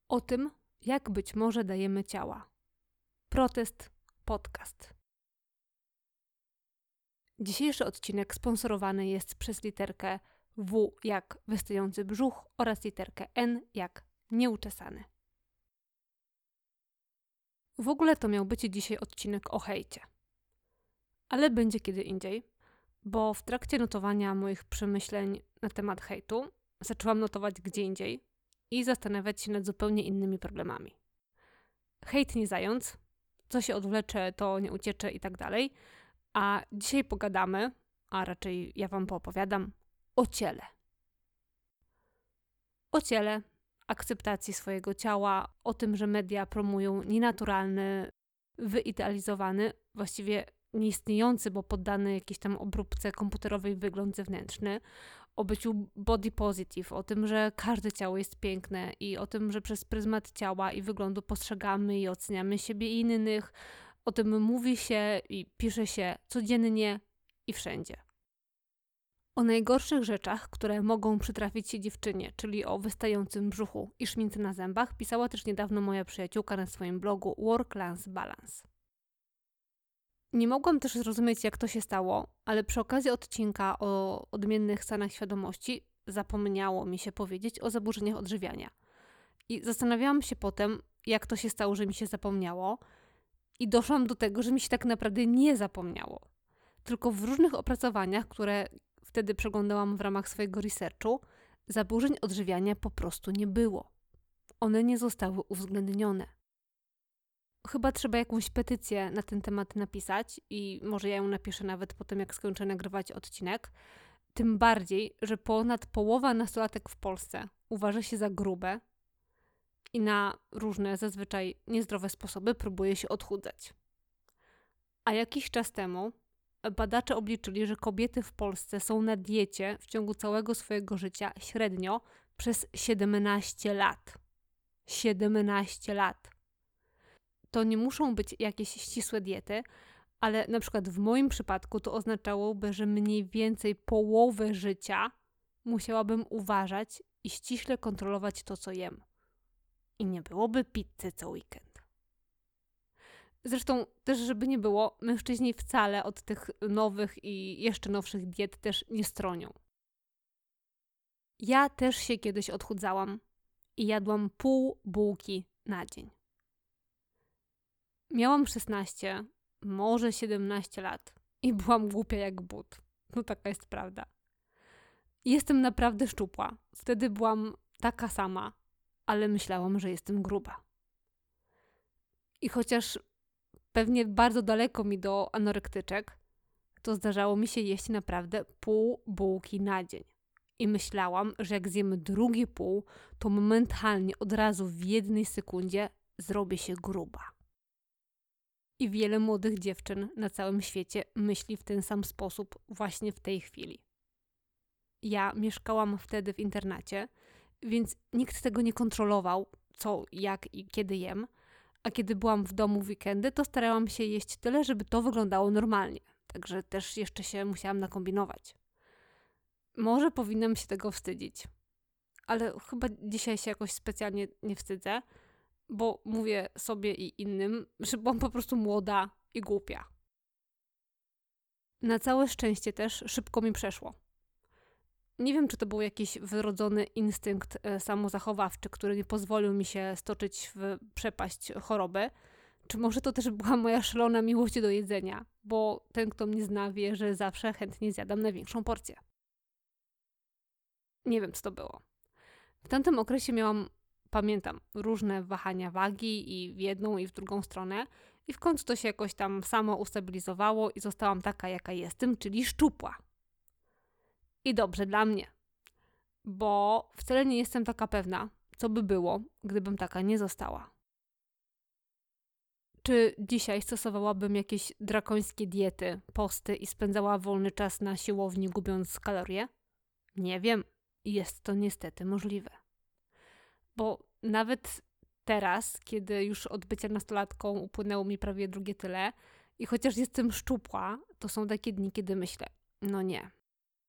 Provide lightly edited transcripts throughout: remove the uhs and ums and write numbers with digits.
O tym, jak być może dajemy ciała. Protest Podcast. Dzisiejszy odcinek sponsorowany jest przez literkę W jak wystający brzuch oraz literkę N jak nieuczesany. W ogóle to miał być dzisiaj odcinek o hejcie. Ale będzie kiedy indziej, bo w trakcie notowania moich przemyśleń na temat hejtu zaczęłam notować gdzie indziej i zastanawiać się nad zupełnie innymi problemami. Hejt nie zając, co się odwlecze, to nie uciecze i tak dalej. A dzisiaj pogadamy, a raczej ja wam poopowiadam, o ciele. O ciele, akceptacji swojego ciała, o tym, że media promują nienaturalny, wyidealizowany, właściwie nieistniejący, bo poddany jakiejś tam obróbce komputerowej wygląd zewnętrzny, o byciu body positive, o tym, że każde ciało jest piękne i o tym, że przez pryzmat ciała i wyglądu postrzegamy i oceniamy siebie i innych. O tym mówi się i pisze się codziennie i wszędzie. O najgorszych rzeczach, które mogą przytrafić się dziewczynie, czyli o wystającym brzuchu i szmince na zębach, pisała też niedawno moja przyjaciółka na swoim blogu Work-Life Balance. Nie mogłam też zrozumieć, jak to się stało, ale przy okazji odcinka o odmiennych stanach świadomości zapomniało mi się powiedzieć o zaburzeniach odżywiania. I zastanawiałam się potem, jak to się stało, że mi się zapomniało, i doszłam do tego, że mi się tak naprawdę nie zapomniało. Tylko w różnych opracowaniach, które wtedy przeglądałam w ramach swojego researchu, zaburzeń odżywiania po prostu nie było. One nie zostały uwzględnione. Chyba trzeba jakąś petycję na ten temat napisać i może ja ją napiszę nawet po tym, jak skończę nagrywać odcinek. Tym bardziej, że ponad połowa nastolatek w Polsce uważa się za grube i na różne, zazwyczaj niezdrowe sposoby próbuje się odchudzać. A jakiś czas temu badacze obliczyli, że kobiety w Polsce są na diecie w ciągu całego swojego życia średnio przez 17 lat. 17 lat. To nie muszą być jakieś ścisłe diety, ale na przykład w moim przypadku to oznaczałoby, że mniej więcej połowę życia musiałabym uważać i ściśle kontrolować to, co jem. I nie byłoby pizzy co weekend. Zresztą też, żeby nie było, mężczyźni wcale od tych nowych i jeszcze nowszych diet też nie stronią. Ja też się kiedyś odchudzałam i jadłam pół bułki na dzień. Miałam 16, może 17 lat i byłam głupia jak but. No taka jest prawda. Jestem naprawdę szczupła. Wtedy byłam taka sama, ale myślałam, że jestem gruba. I chociaż pewnie bardzo daleko mi do anorektyczek, to zdarzało mi się jeść naprawdę pół bułki na dzień. I myślałam, że jak zjemy drugie pół, to momentalnie, od razu w jednej sekundzie zrobię się gruba. I wiele młodych dziewczyn na całym świecie myśli w ten sam sposób właśnie w tej chwili. Ja mieszkałam wtedy w internacie, więc nikt tego nie kontrolował, co, jak i kiedy jem, a kiedy byłam w domu w weekendy, to starałam się jeść tyle, żeby to wyglądało normalnie. Także też jeszcze się musiałam nakombinować. Może powinnam się tego wstydzić, ale chyba dzisiaj się jakoś specjalnie nie wstydzę, bo mówię sobie i innym, że byłam po prostu młoda i głupia. Na całe szczęście też szybko mi przeszło. Nie wiem, czy to był jakiś wyrodzony instynkt samozachowawczy, który nie pozwolił mi się stoczyć w przepaść choroby, czy może to też była moja szalona miłość do jedzenia, bo ten, kto mnie zna, wie, że zawsze chętnie zjadam największą porcję. Nie wiem, co to było. W tamtym okresie pamiętam, różne wahania wagi i w jedną i w drugą stronę i w końcu to się jakoś tam samo ustabilizowało i zostałam taka, jaka jestem, czyli szczupła. I dobrze dla mnie, bo wcale nie jestem taka pewna, co by było, gdybym taka nie została. Czy dzisiaj stosowałabym jakieś drakońskie diety, posty i spędzała wolny czas na siłowni, gubiąc kalorie? Nie wiem. Jest to niestety możliwe. Bo nawet teraz, kiedy już od bycia nastolatką upłynęło mi prawie drugie tyle i chociaż jestem szczupła, to są takie dni, kiedy myślę, no nie.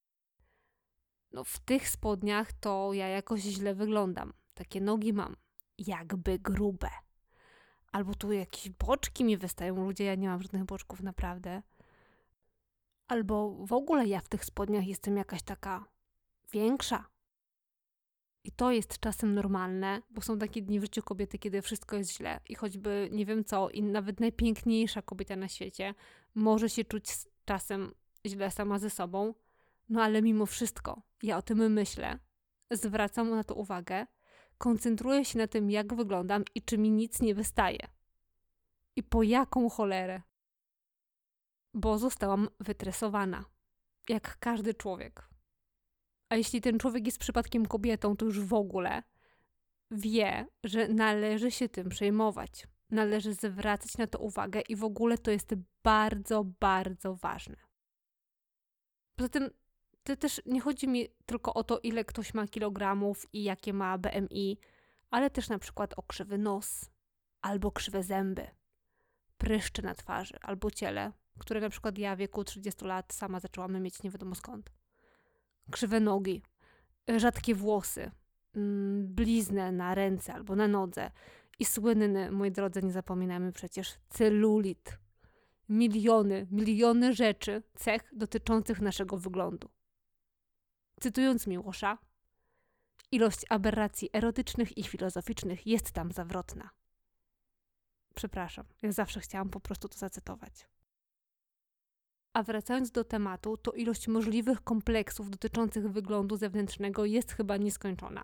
No w tych spodniach to ja jakoś źle wyglądam. Takie nogi mam. jakby grube. Albo tu jakieś boczki mi wystają. Ludzie, ja nie mam żadnych boczków, naprawdę. Albo w ogóle ja w tych spodniach jestem jakaś taka większa. I to jest czasem normalne, bo są takie dni w życiu kobiety, kiedy wszystko jest źle i choćby nie wiem co, i nawet najpiękniejsza kobieta na świecie może się czuć czasem źle sama ze sobą, no ale mimo wszystko ja o tym myślę, zwracam na to uwagę, koncentruję się na tym, jak wyglądam i czy mi nic nie wystaje. I po jaką cholerę? Bo zostałam wytresowana, jak każdy człowiek. A jeśli ten człowiek jest przypadkiem kobietą, to już w ogóle wie, że należy się tym przejmować. Należy zwracać na to uwagę i w ogóle to jest bardzo, bardzo ważne. Poza tym to też nie chodzi mi tylko o to, ile ktoś ma kilogramów i jakie ma BMI, ale też na przykład o krzywy nos, albo krzywe zęby, pryszcze na twarzy, albo ciele, które na przykład ja w wieku 30 lat sama zaczęłam mieć nie wiadomo skąd. Krzywe nogi, rzadkie włosy, bliznę na ręce albo na nodze i słynny, moi drodzy, nie zapominajmy przecież, celulit. Miliony rzeczy, cech dotyczących naszego wyglądu. Cytując Miłosza, ilość aberracji erotycznych i filozoficznych jest tam zawrotna. Przepraszam, ja zawsze chciałam po prostu to zacytować. A wracając do tematu, to ilość możliwych kompleksów dotyczących wyglądu zewnętrznego jest chyba nieskończona.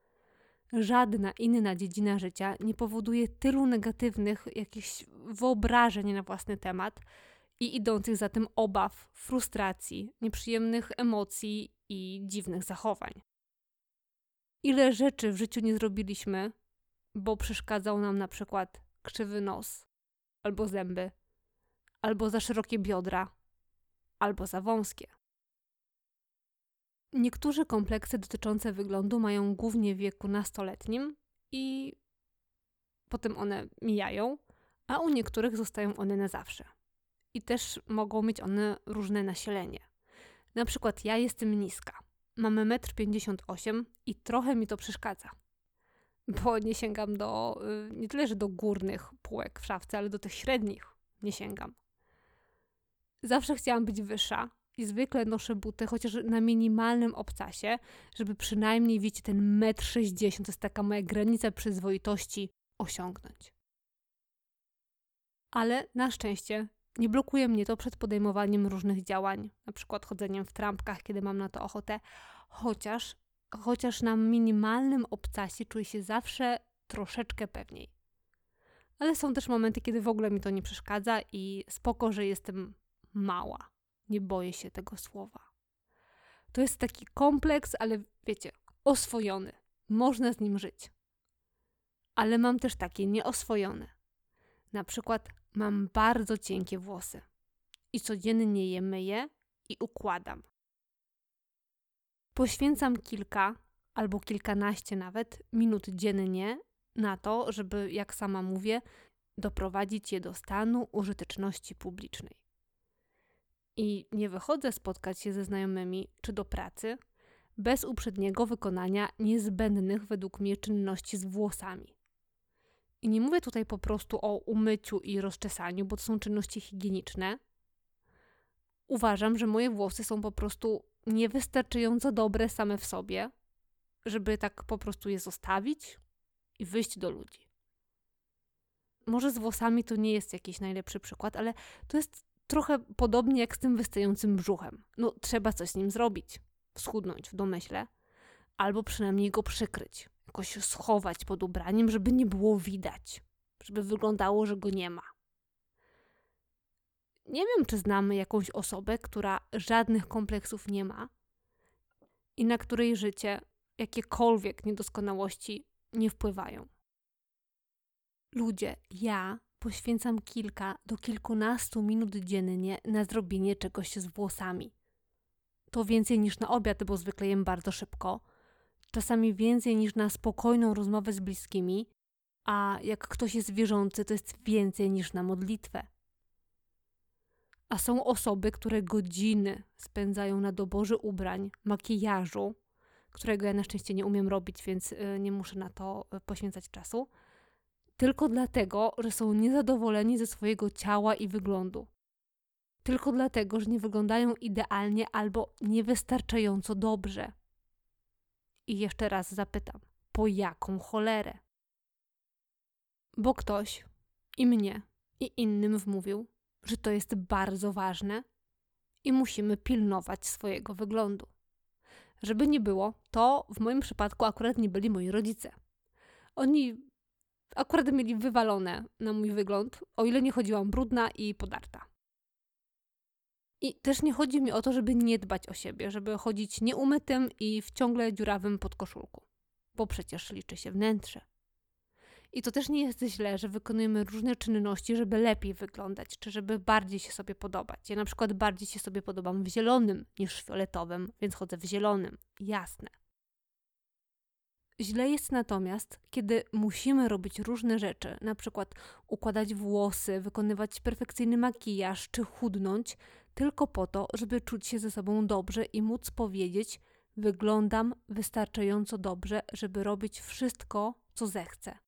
Żadna inna dziedzina życia nie powoduje tylu negatywnych jakichś wyobrażeń na własny temat i idących za tym obaw, frustracji, nieprzyjemnych emocji i dziwnych zachowań. Ile rzeczy w życiu nie zrobiliśmy, bo przeszkadzał nam na przykład krzywy nos, albo zęby, albo za szerokie biodra, albo za wąskie. Niektórzy kompleksy dotyczące wyglądu mają głównie w wieku nastoletnim i potem one mijają, a u niektórych zostają one na zawsze. I też mogą mieć one różne nasilenie. Na przykład ja jestem niska. Mam 1,58 m i trochę mi to przeszkadza. Bo nie sięgam do, nie tyle, że do górnych półek w szafce, ale do tych średnich nie sięgam. Zawsze chciałam być wyższa i zwykle noszę buty chociaż na minimalnym obcasie, żeby przynajmniej, wiecie, ten 1,60 m, to jest taka moja granica przyzwoitości, osiągnąć. Ale na szczęście nie blokuje mnie to przed podejmowaniem różnych działań, na przykład chodzeniem w trampkach, kiedy mam na to ochotę, chociaż na minimalnym obcasie czuję się zawsze troszeczkę pewniej. Ale są też momenty, kiedy w ogóle mi to nie przeszkadza i spoko, że jestem mała. Nie boję się tego słowa. To jest taki kompleks, ale wiecie, oswojony. Można z nim żyć. Ale mam też takie nieoswojone. Na przykład mam bardzo cienkie włosy i codziennie je myję i układam. Poświęcam kilka albo kilkanaście nawet minut dziennie na to, żeby, jak sama mówię, doprowadzić je do stanu użyteczności publicznej. I nie wychodzę spotkać się ze znajomymi czy do pracy bez uprzedniego wykonania niezbędnych według mnie czynności z włosami. I nie mówię tutaj po prostu o umyciu i rozczesaniu, bo to są czynności higieniczne. Uważam, że moje włosy są po prostu niewystarczająco dobre same w sobie, żeby tak po prostu je zostawić i wyjść do ludzi. Może z włosami to nie jest jakiś najlepszy przykład, ale to jest trochę podobnie jak z tym wystającym brzuchem. No, trzeba coś z nim zrobić. Schudnąć w domyśle. Albo przynajmniej go przykryć. Jakoś schować pod ubraniem, żeby nie było widać. Żeby wyglądało, że go nie ma. Nie wiem, czy znamy jakąś osobę, która żadnych kompleksów nie ma i na której życie jakiekolwiek niedoskonałości nie wpływają. Ludzie, ja poświęcam kilka do kilkunastu minut dziennie na zrobienie czegoś z włosami. To więcej niż na obiad, bo zwykle jem bardzo szybko. Czasami więcej niż na spokojną rozmowę z bliskimi, a jak ktoś jest wierzący, to jest więcej niż na modlitwę. A są osoby, które godziny spędzają na doborze ubrań, makijażu, którego ja na szczęście nie umiem robić, więc nie muszę na to poświęcać czasu, tylko dlatego, że są niezadowoleni ze swojego ciała i wyglądu. Tylko dlatego, że nie wyglądają idealnie albo niewystarczająco dobrze. I jeszcze raz zapytam, po jaką cholerę? Bo ktoś i mnie, i innym wmówił, że to jest bardzo ważne i musimy pilnować swojego wyglądu. Żeby nie było, to w moim przypadku akurat nie byli moi rodzice. Oni akurat mieli wywalone na mój wygląd, o ile nie chodziłam brudna i podarta. I też nie chodzi mi o to, żeby nie dbać o siebie, żeby chodzić nieumytym i w ciągle dziurawym podkoszulku, bo przecież liczy się wnętrze. I to też nie jest źle, że wykonujemy różne czynności, żeby lepiej wyglądać, czy żeby bardziej się sobie podobać. Ja na przykład bardziej się sobie podobam w zielonym niż w fioletowym, więc chodzę w zielonym. Jasne. Źle jest natomiast, kiedy musimy robić różne rzeczy, na przykład układać włosy, wykonywać perfekcyjny makijaż czy chudnąć, tylko po to, żeby czuć się ze sobą dobrze i móc powiedzieć: wyglądam wystarczająco dobrze, żeby robić wszystko, co zechcę.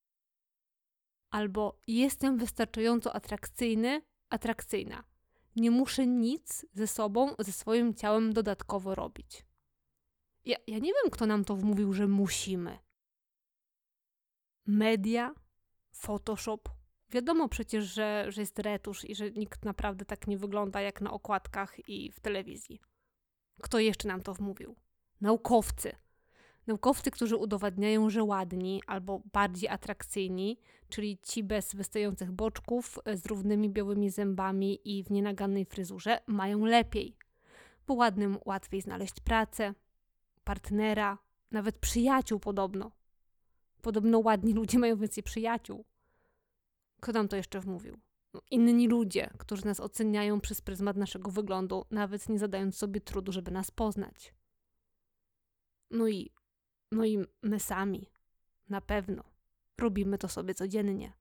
Albo jestem wystarczająco atrakcyjna. Nie muszę nic ze sobą, ze swoim ciałem dodatkowo robić. Ja nie wiem, kto nam to wmówił, że musimy. Media, Photoshop. Wiadomo przecież, że jest retusz i że nikt naprawdę tak nie wygląda jak na okładkach i w telewizji. Kto jeszcze nam to wmówił? Naukowcy. Naukowcy, którzy udowadniają, że ładni albo bardziej atrakcyjni, czyli ci bez wystających boczków, z równymi białymi zębami i w nienagannej fryzurze, mają lepiej. Bo ładnym łatwiej znaleźć pracę, partnera, nawet przyjaciół podobno. Podobno ładni ludzie mają więcej przyjaciół. Kto nam to jeszcze wmówił? Inni ludzie, którzy nas oceniają przez pryzmat naszego wyglądu, nawet nie zadając sobie trudu, żeby nas poznać. No i my sami. Na pewno. Robimy to sobie codziennie.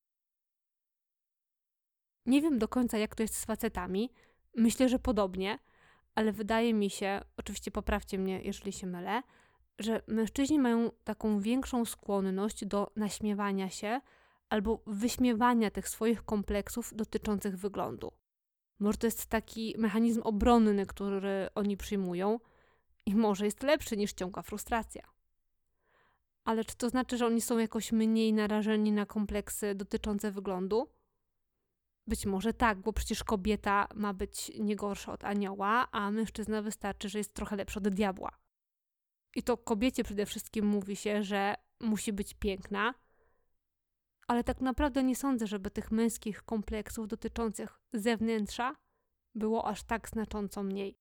Nie wiem do końca, jak to jest z facetami. Myślę, że podobnie, ale wydaje mi się, oczywiście poprawcie mnie, jeżeli się mylę, że mężczyźni mają taką większą skłonność do naśmiewania się albo wyśmiewania tych swoich kompleksów dotyczących wyglądu. Może to jest taki mechanizm obronny, który oni przyjmują i może jest lepszy niż ciągła frustracja. Ale czy to znaczy, że oni są jakoś mniej narażeni na kompleksy dotyczące wyglądu? Być może tak, bo przecież kobieta ma być nie gorsza od anioła, a mężczyzna wystarczy, że jest trochę lepszy od diabła. I to kobiecie przede wszystkim mówi się, że musi być piękna, ale tak naprawdę nie sądzę, żeby tych męskich kompleksów dotyczących zewnętrza było aż tak znacząco mniej.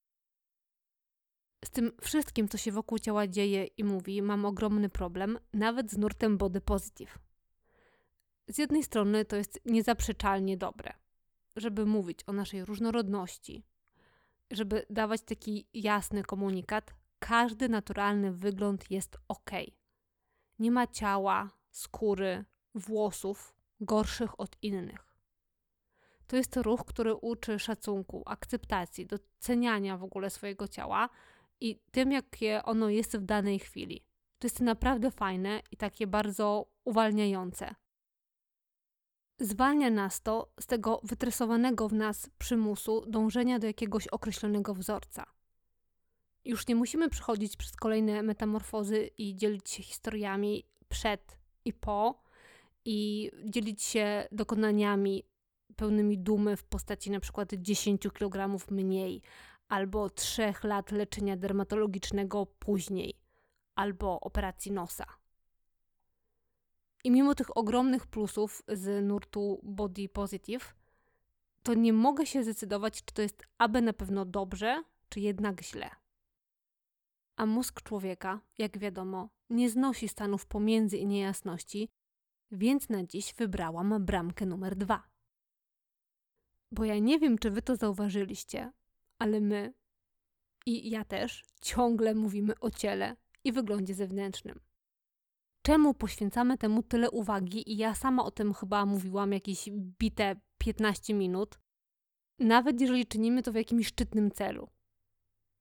Z tym wszystkim, co się wokół ciała dzieje i mówi, mam ogromny problem, nawet z nurtem body positive. Z jednej strony to jest niezaprzeczalnie dobre, żeby mówić o naszej różnorodności, żeby dawać taki jasny komunikat, każdy naturalny wygląd jest okej. Nie ma ciała, skóry, włosów gorszych od innych. To jest ruch, który uczy szacunku, akceptacji, doceniania w ogóle swojego ciała i tym, jakie ono jest w danej chwili. To jest naprawdę fajne i takie bardzo uwalniające. Zwalnia nas to z tego wytresowanego w nas przymusu dążenia do jakiegoś określonego wzorca. Już nie musimy przechodzić przez kolejne metamorfozy i dzielić się historiami przed i po i dzielić się dokonaniami pełnymi dumy w postaci na przykład 10 kg mniej albo 3 lat leczenia dermatologicznego później albo operacji nosa. I mimo tych ogromnych plusów z nurtu body positive, to nie mogę się zdecydować, czy to jest aby na pewno dobrze, czy jednak źle. A mózg człowieka, jak wiadomo, nie znosi stanów pomiędzy i niejasności, więc na dziś wybrałam bramkę numer 2. Bo ja nie wiem, czy wy to zauważyliście, ale my, i ja też, ciągle mówimy o ciele i wyglądzie zewnętrznym. Czemu poświęcamy temu tyle uwagi i ja sama o tym chyba mówiłam jakieś bite 15 minut, nawet jeżeli czynimy to w jakimś szczytnym celu.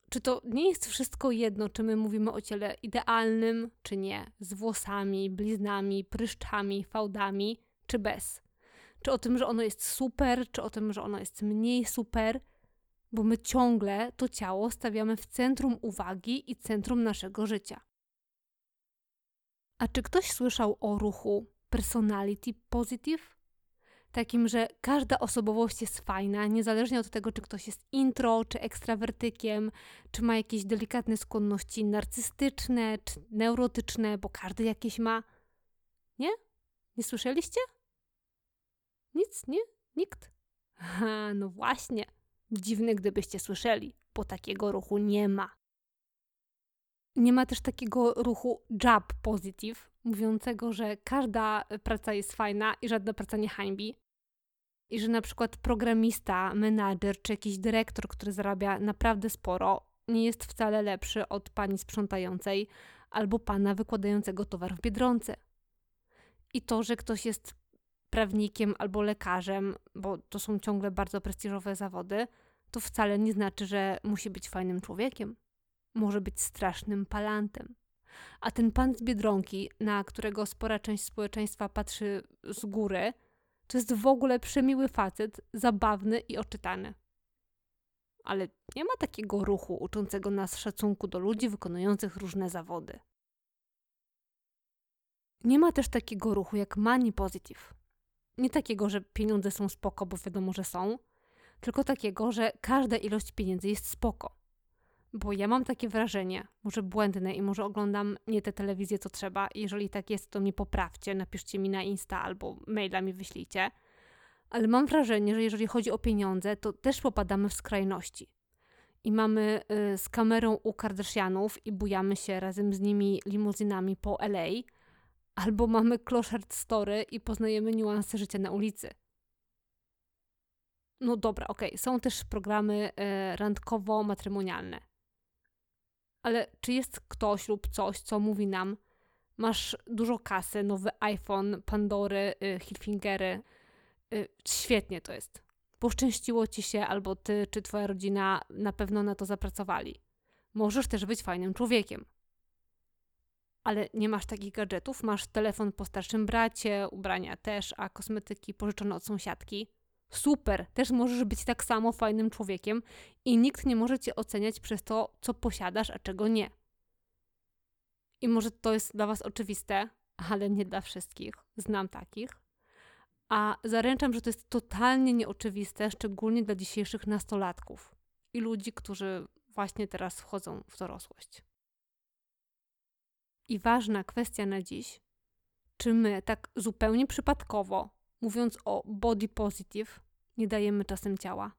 Czy to nie jest wszystko jedno, czy my mówimy o ciele idealnym, czy nie? Z włosami, bliznami, pryszczami, fałdami, czy bez? Czy o tym, że ono jest super, czy o tym, że ono jest mniej super? Bo my ciągle to ciało stawiamy w centrum uwagi i centrum naszego życia. A czy ktoś słyszał o ruchu personality positive? Takim, że każda osobowość jest fajna, niezależnie od tego, czy ktoś jest intro, czy ekstrawertykiem, czy ma jakieś delikatne skłonności narcystyczne, czy neurotyczne, bo każdy jakieś ma. Nie? Nie słyszeliście? Nic? Nie? Nikt? Aha, no właśnie. Dziwne, gdybyście słyszeli, bo takiego ruchu nie ma. Nie ma też takiego ruchu job positive, mówiącego, że każda praca jest fajna i żadna praca nie hańbi. I że na przykład programista, menadżer czy jakiś dyrektor, który zarabia naprawdę sporo, nie jest wcale lepszy od pani sprzątającej albo pana wykładającego towar w Biedronce. I to, że ktoś jest prawnikiem albo lekarzem, bo to są ciągle bardzo prestiżowe zawody, to wcale nie znaczy, że musi być fajnym człowiekiem. Może być strasznym palantem. A ten pan z Biedronki, na którego spora część społeczeństwa patrzy z góry, to jest w ogóle przemiły facet, zabawny i oczytany. Ale nie ma takiego ruchu uczącego nas szacunku do ludzi wykonujących różne zawody. Nie ma też takiego ruchu jak money positive. Nie takiego, że pieniądze są spoko, bo wiadomo, że są, tylko takiego, że każda ilość pieniędzy jest spoko. Bo ja mam takie wrażenie, może błędne i może oglądam nie tę telewizję, co trzeba. Jeżeli tak jest, to mnie poprawcie, napiszcie mi na Insta albo maila mi wyślijcie. Ale mam wrażenie, że jeżeli chodzi o pieniądze, to też popadamy w skrajności. I mamy z kamerą u Kardashianów i bujamy się razem z nimi limuzynami po LA, albo mamy clochard story i poznajemy niuanse życia na ulicy. No dobra, okej, są też programy randkowo-matrymonialne. Ale czy jest ktoś lub coś, co mówi nam, masz dużo kasy, nowy iPhone, Pandory, Hilfingery, świetnie to jest. Poszczęściło ci się, albo ty czy twoja rodzina na pewno na to zapracowali. Możesz też być fajnym człowiekiem. Ale nie masz takich gadżetów, masz telefon po starszym bracie, ubrania też, a kosmetyki pożyczone od sąsiadki. Super, też możesz być tak samo fajnym człowiekiem i nikt nie może cię oceniać przez to, co posiadasz, a czego nie. I może to jest dla was oczywiste, ale nie dla wszystkich. Znam takich. A zaręczam, że to jest totalnie nieoczywiste, szczególnie dla dzisiejszych nastolatków i ludzi, którzy właśnie teraz wchodzą w dorosłość. I ważna kwestia na dziś, czy my tak zupełnie przypadkowo, mówiąc o body positive, nie dajemy czasem ciała?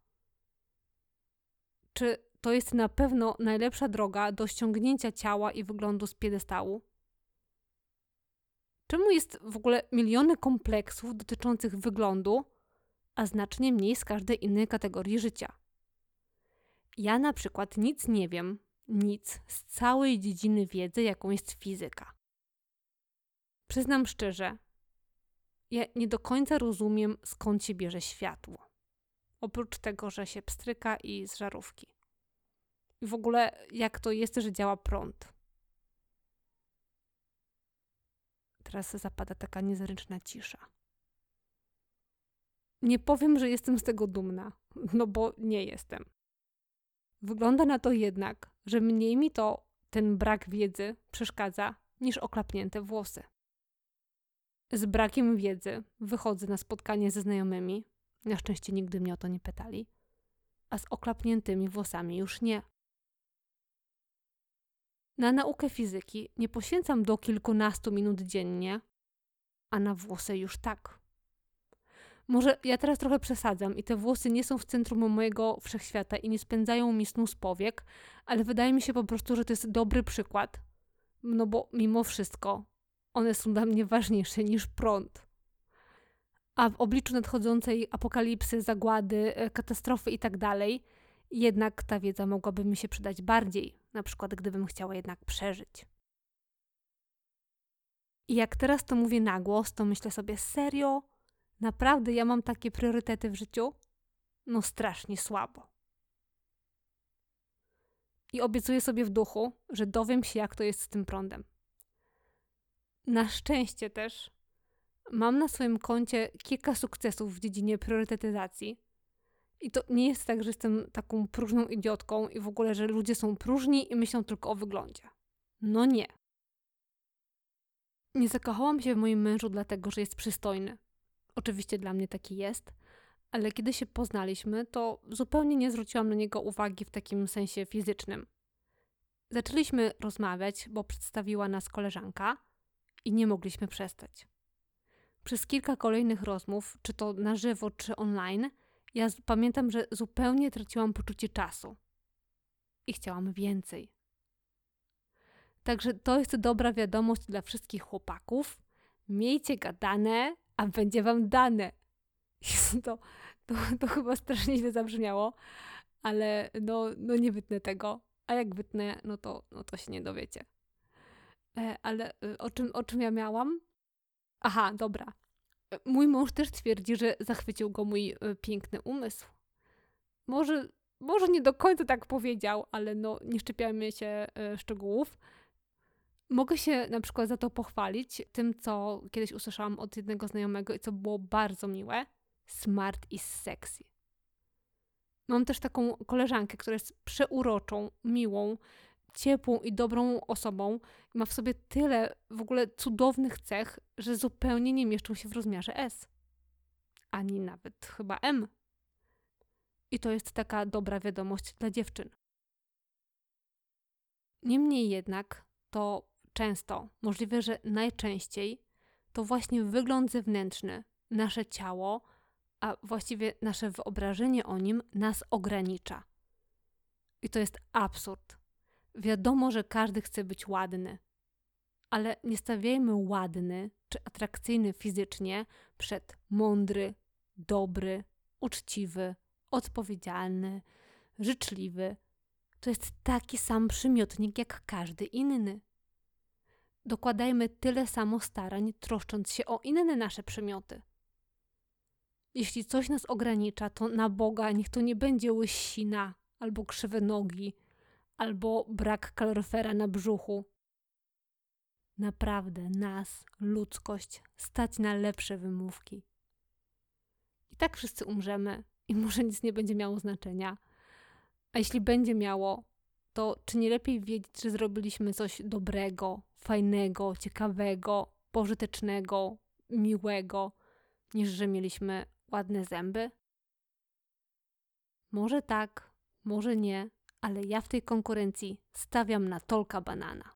Czy to jest na pewno najlepsza droga do ściągnięcia ciała i wyglądu z piedestału? Czemu jest w ogóle miliony kompleksów dotyczących wyglądu, a znacznie mniej z każdej innej kategorii życia? Ja na przykład nic nie wiem, nic z całej dziedziny wiedzy, jaką jest fizyka. Przyznam szczerze, ja nie do końca rozumiem, skąd się bierze światło. Oprócz tego, że się pstryka i z żarówki. I w ogóle jak to jest, że działa prąd. Teraz zapada taka niezręczna cisza. Nie powiem, że jestem z tego dumna, no bo nie jestem. Wygląda na to jednak, że mniej mi to ten brak wiedzy przeszkadza niż oklapnięte włosy. Z brakiem wiedzy wychodzę na spotkanie ze znajomymi, na szczęście nigdy mnie o to nie pytali, a z oklapniętymi włosami już nie. Na naukę fizyki nie poświęcam do kilkunastu minut dziennie, a na włosy już tak. Może ja teraz trochę przesadzam i te włosy nie są w centrum mojego wszechświata i nie spędzają mi snu z powiek, ale wydaje mi się po prostu, że to jest dobry przykład. No bo mimo wszystko one są dla mnie ważniejsze niż prąd. A w obliczu nadchodzącej apokalipsy, zagłady, katastrofy i tak dalej, jednak ta wiedza mogłaby mi się przydać bardziej, na przykład gdybym chciała jednak przeżyć. I jak teraz to mówię na głos, to myślę sobie, serio? Naprawdę ja mam takie priorytety w życiu? No strasznie słabo. I obiecuję sobie w duchu, że dowiem się, jak to jest z tym prądem. Na szczęście też mam na swoim koncie kilka sukcesów w dziedzinie priorytetyzacji. I to nie jest tak, że jestem taką próżną idiotką i w ogóle, że ludzie są próżni i myślą tylko o wyglądzie. No nie. Nie zakochałam się w moim mężu dlatego, że jest przystojny. Oczywiście dla mnie taki jest, ale kiedy się poznaliśmy, to zupełnie nie zwróciłam na niego uwagi w takim sensie fizycznym. Zaczęliśmy rozmawiać, bo przedstawiła nas koleżanka i nie mogliśmy przestać. Przez kilka kolejnych rozmów, czy to na żywo, czy online, ja pamiętam, że zupełnie traciłam poczucie czasu. I chciałam więcej. Także to jest dobra wiadomość dla wszystkich chłopaków. Miejcie gadane, a będzie wam dane. Jezu, to chyba strasznie źle zabrzmiało, ale no nie wytnę tego. A jak wytnę, no to się nie dowiecie. Ale o czym ja miałam? Aha, dobra. Mój mąż też twierdzi, że zachwycił go mój piękny umysł. Może nie do końca tak powiedział, ale nie szczepiajmy się szczegółów. Mogę się na przykład za to pochwalić tym, co kiedyś usłyszałam od jednego znajomego i co było bardzo miłe. Smart is sexy. Mam też taką koleżankę, która jest przeuroczą, miłą, ciepłą i dobrą osobą. Ma w sobie tyle w ogóle cudownych cech, że zupełnie nie mieszczą się w rozmiarze S. Ani nawet chyba M. I to jest taka dobra wiadomość dla dziewczyn. Niemniej jednak to często, możliwe, że najczęściej, to właśnie wygląd zewnętrzny, nasze ciało, a właściwie nasze wyobrażenie o nim nas ogranicza. I to jest absurd. Wiadomo, że każdy chce być ładny, ale nie stawiajmy ładny czy atrakcyjny fizycznie przed mądry, dobry, uczciwy, odpowiedzialny, życzliwy. To jest taki sam przymiotnik jak każdy inny. Dokładajmy tyle samo starań, troszcząc się o inne nasze przymioty. Jeśli coś nas ogranicza, to na Boga niech to nie będzie łysina, albo krzywe nogi, albo brak kaloryfera na brzuchu. Naprawdę nas, ludzkość, stać na lepsze wymówki. I tak wszyscy umrzemy i może nic nie będzie miało znaczenia. A jeśli będzie miało, to czy nie lepiej wiedzieć, że zrobiliśmy coś dobrego, fajnego, ciekawego, pożytecznego, miłego, niż że mieliśmy ładne zęby? Może tak, może nie, ale ja w tej konkurencji stawiam na Tolka Banana.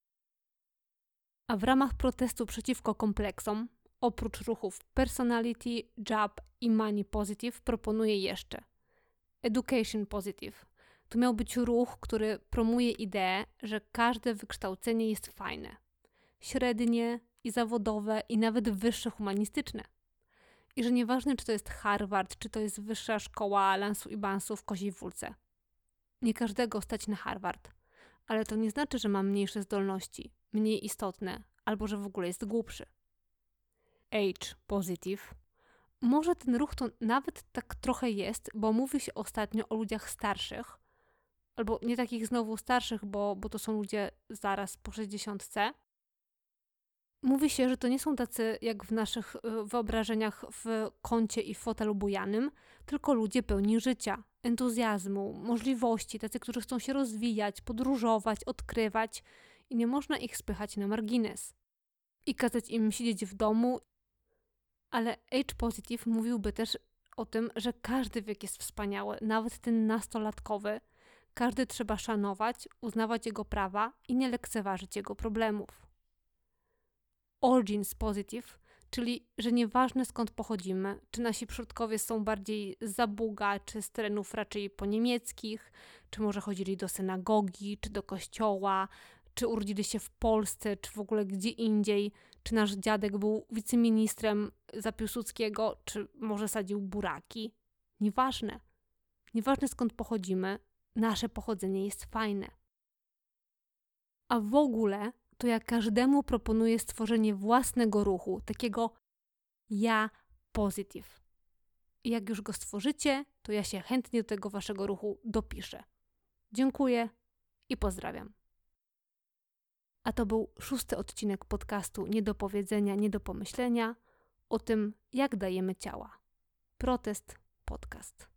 A w ramach protestu przeciwko kompleksom, oprócz ruchów Personality, Job i Money Positive proponuję jeszcze Education Positive. To miał być ruch, który promuje ideę, że każde wykształcenie jest fajne. Średnie i zawodowe i nawet wyższe humanistyczne. I że nieważne, czy to jest Harvard, czy to jest wyższa szkoła lansu i bansu w Koziej Wólce. Nie każdego stać na Harvard, ale to nie znaczy, że ma mniejsze zdolności, mniej istotne, albo że w ogóle jest głupszy. Age Positive. Może ten ruch to nawet tak trochę jest, bo mówi się ostatnio o ludziach starszych, albo nie takich znowu starszych, bo to są ludzie zaraz po 60. Mówi się, że to nie są tacy jak w naszych wyobrażeniach w kącie i w fotelu bujanym, tylko ludzie pełni życia, entuzjazmu, możliwości, tacy, którzy chcą się rozwijać, podróżować, odkrywać i nie można ich spychać na margines i kazać im siedzieć w domu. Ale Age Positive mówiłby też o tym, że każdy wiek jest wspaniały, nawet ten nastolatkowy. Każdy trzeba szanować, uznawać jego prawa i nie lekceważyć jego problemów. Origins Positive, czyli że nieważne skąd pochodzimy, czy nasi przodkowie są bardziej z Zabuga, czy z terenów raczej poniemieckich, czy może chodzili do synagogi, czy do kościoła, czy urodzili się w Polsce, czy w ogóle gdzie indziej, czy nasz dziadek był wiceministrem za Piłsudskiego, czy może sadził buraki. Nieważne. Nieważne skąd pochodzimy, nasze pochodzenie jest fajne. A w ogóle to ja każdemu proponuję stworzenie własnego ruchu, takiego ja positive. I jak już go stworzycie, to ja się chętnie do tego waszego ruchu dopiszę. Dziękuję i pozdrawiam. A to był 6. odcinek podcastu Nie do powiedzenia, nie do pomyślenia o tym, jak dajemy ciała. Protest Podcast.